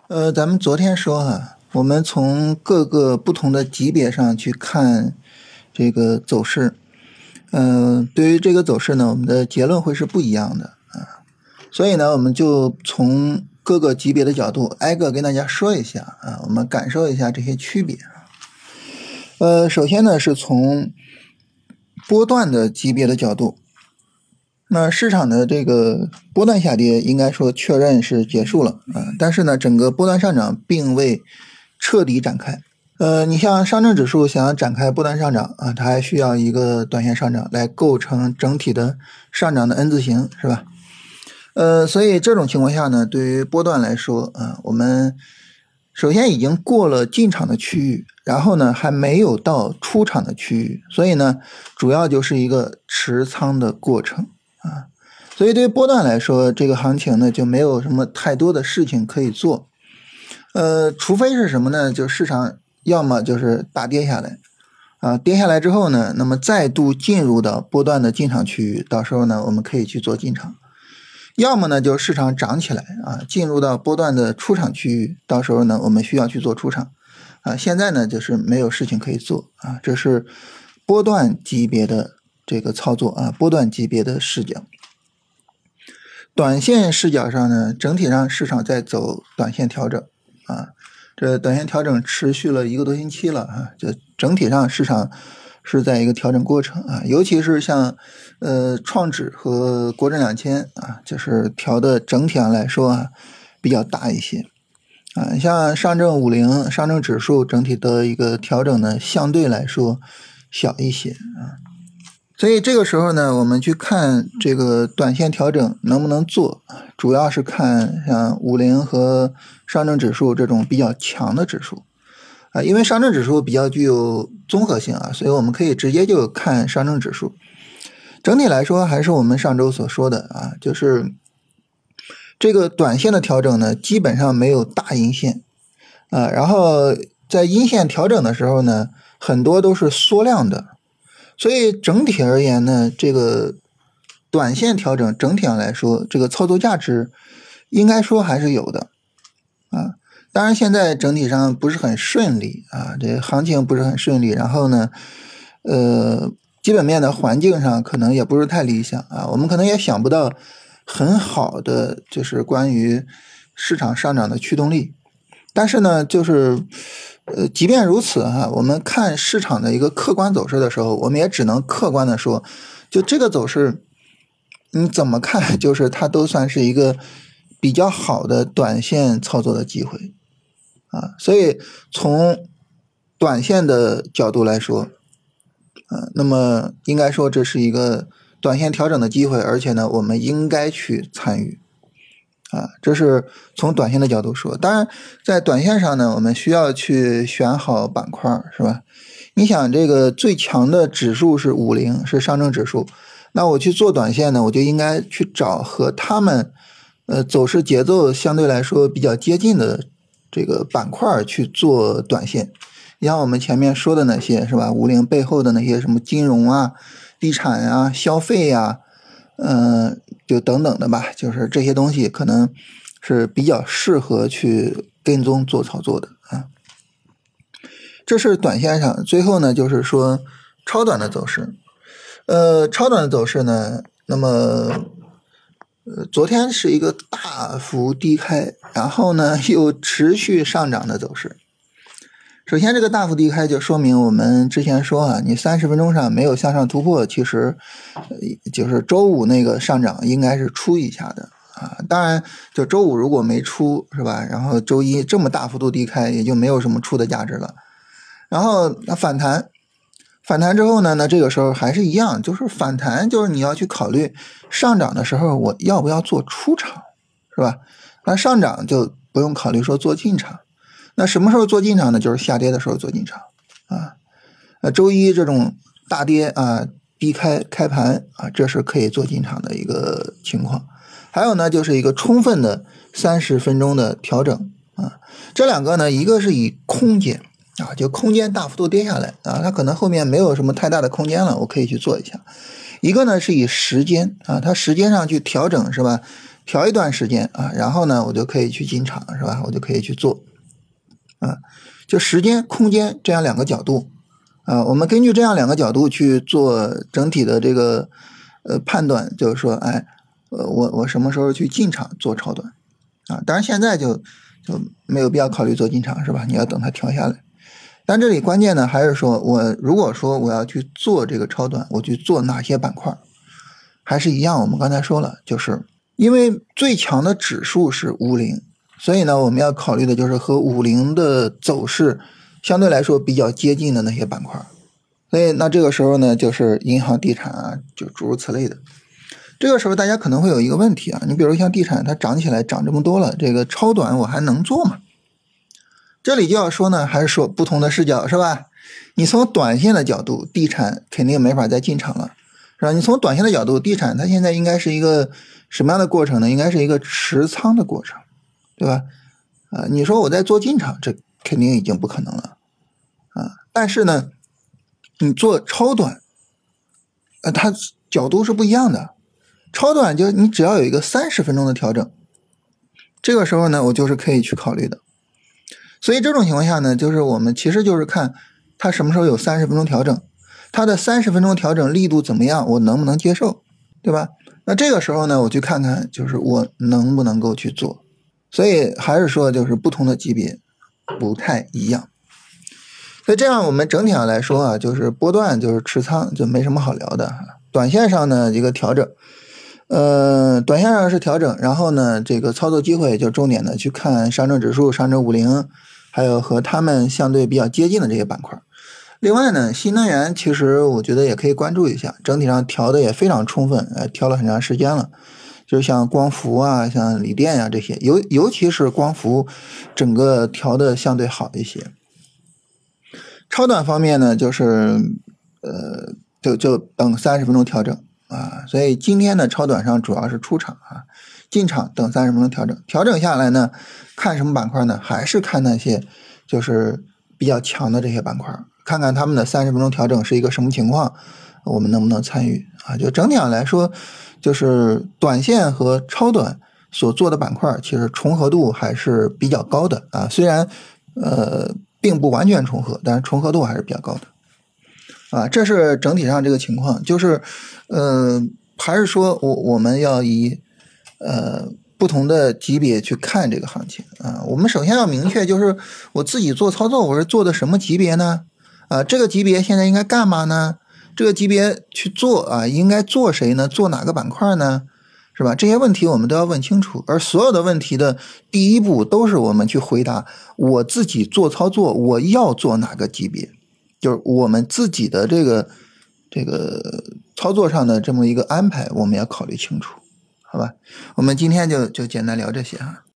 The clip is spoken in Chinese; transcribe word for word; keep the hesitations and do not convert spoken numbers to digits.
呃，咱们昨天说哈，我们从各个不同的级别上去看这个走势，嗯、呃，对于这个走势呢，我们的结论会是不一样的啊。所以呢，我们就从各个级别的角度挨个跟大家说一下啊，我们感受一下这些区别。呃，首先呢，是从波段的级别的角度。那市场的这个波段下跌应该说确认是结束了啊，但是呢，整个波段上涨并未彻底展开。呃，你像上证指数想要展开波段上涨啊，它还需要一个短线上涨来构成整体的上涨的 N 字形，是吧？呃，所以这种情况下呢，对于波段来说啊，我们首先已经过了进场的区域，然后呢还没有到出场的区域，所以呢，主要就是一个持仓的过程。啊，所以对于波段来说，这个行情呢就没有什么太多的事情可以做，呃，除非是什么呢？就市场要么就是大跌下来，啊，跌下来之后呢，那么再度进入到波段的进场区域，到时候呢我们可以去做进场；要么呢就市场涨起来啊，进入到波段的出场区域，到时候呢我们需要去做出场，啊，现在呢就是没有事情可以做啊，这是波段级别的这个操作啊，波段级别的视角。短线视角上呢，整体上市场在走短线调整啊，这短线调整持续了一个多星期了啊，这整体上市场是在一个调整过程啊，尤其是像呃创指和国证两千啊，就是调的整体上来说啊比较大一些啊，像上证五零、上证指数整体的一个调整呢，相对来说小一些啊。所以这个时候呢，我们去看这个短线调整能不能做，主要是看像五零和上证指数这种比较强的指数啊，因为上证指数比较具有综合性啊，所以我们可以直接就看上证指数。整体来说，还是我们上周所说的啊，就是这个短线的调整呢，基本上没有大阴线啊，然后在阴线调整的时候呢，很多都是缩量的。所以整体而言呢，这个短线调整整体上来说，这个操作价值应该说还是有的啊。当然现在整体上不是很顺利啊，这行情不是很顺利，然后呢，呃，基本面的环境上可能也不是太理想啊，我们可能也想不到很好的就是关于市场上涨的驱动力。但是呢，就是呃，即便如此哈，我们看市场的一个客观走势的时候，我们也只能客观的说，就这个走势，你怎么看，就是它都算是一个比较好的短线操作的机会啊。所以从短线的角度来说，啊，那么应该说这是一个短线调整的机会，而且呢，我们应该去参与。啊，这是从短线的角度说，当然在短线上呢，我们需要去选好板块，是吧？你想这个最强的指数是五零，是上证指数，那我去做短线呢，我就应该去找和他们呃走势节奏相对来说比较接近的这个板块去做短线。你像我们前面说的那些，是吧？五零背后的那些什么金融啊、地产啊、消费啊，嗯、呃，就等等的吧，就是这些东西可能是比较适合去跟踪做操作的啊。这是短线上，最后呢就是说超短的走势。呃，超短的走势呢，那么呃昨天是一个大幅低开，然后呢又持续上涨的走势。首先这个大幅低开就说明我们之前说啊，你三十分钟上没有向上突破，其实就是周五那个上涨应该是出一下的啊。当然就周五如果没出，是吧，然后周一这么大幅度低开也就没有什么出的价值了。然后那反弹反弹之后呢，那这个时候还是一样，就是反弹就是你要去考虑上涨的时候我要不要做出场，是吧？那上涨就不用考虑说做进场。那什么时候做进场呢？就是下跌的时候做进场啊。呃，周一这种大跌啊，低开开盘啊，这是可以做进场的一个情况。还有呢，就是一个充分的三十分钟的调整啊。这两个呢，一个是以空间啊，就空间大幅度跌下来啊，它可能后面没有什么太大的空间了，我可以去做一下。一个呢是以时间啊，它时间上去调整，是吧？ 调一段时间啊，然后呢我就可以去进场，是吧？我就可以去做啊，就时间空间这样两个角度啊，我们根据这样两个角度去做整体的这个呃判断，就是说哎呃我我什么时候去进场做超短啊？当然现在就就没有必要考虑做进场，是吧？你要等它调下来。但这里关键呢还是说我如果说我要去做这个超短，我去做哪些板块？还是一样，我们刚才说了，就是因为最强的指数是五零，所以呢我们要考虑的就是和五零的走势相对来说比较接近的那些板块。所以那这个时候呢就是银行地产啊，就诸如此类的。这个时候大家可能会有一个问题啊，你比如像地产它涨起来涨这么多了，这个超短我还能做吗？这里就要说呢还是说不同的视角，是吧？你从短线的角度，地产肯定没法再进场了，是吧？你从短线的角度，地产它现在应该是一个什么样的过程呢？应该是一个持仓的过程，对吧？啊、呃，你说我在做进场，这肯定已经不可能了啊。但是呢，你做超短，呃，它角度是不一样的。超短就你只要有一个三十分钟的调整，这个时候呢，我就是可以去考虑的。所以这种情况下呢，就是我们其实就是看它什么时候有三十分钟调整，它的三十分钟调整力度怎么样，我能不能接受，对吧？那这个时候呢，我去看看就是我能不能够去做。所以还是说就是不同的级别不太一样。所以这样我们整体上来说啊，就是波段就是持仓就没什么好聊的。短线上呢一个调整，呃，短线上是调整，然后呢这个操作机会就重点的去看上证指数、上证五零，还有和他们相对比较接近的这些板块。另外呢，新能源其实我觉得也可以关注一下，整体上调的也非常充分，呃，调了很长时间了。就是像光伏啊，像锂电啊这些，尤尤其是光伏，整个调的相对好一些。超短方面呢，就是呃，就就等三十分钟调整啊。所以今天的超短上主要是出场啊，进场等三十分钟调整，调整下来呢，看什么板块呢？还是看那些就是比较强的这些板块，看看他们的三十分钟调整是一个什么情况，我们能不能参与啊？就整体上来说，就是短线和超短所做的板块其实重合度还是比较高的啊，虽然呃并不完全重合，但是重合度还是比较高的啊。这是整体上这个情况，就是呃还是说我我们要以呃不同的级别去看这个行情啊。我们首先要明确，就是我自己做操作我是做的什么级别呢？啊，这个级别现在应该干嘛呢？这个级别去做啊，应该做谁呢？做哪个板块呢？是吧？这些问题我们都要问清楚。而所有的问题的第一步都是我们去回答我自己做操作，我要做哪个级别，就是我们自己的这个这个操作上的这么一个安排，我们要考虑清楚，好吧？我们今天就就简单聊这些啊。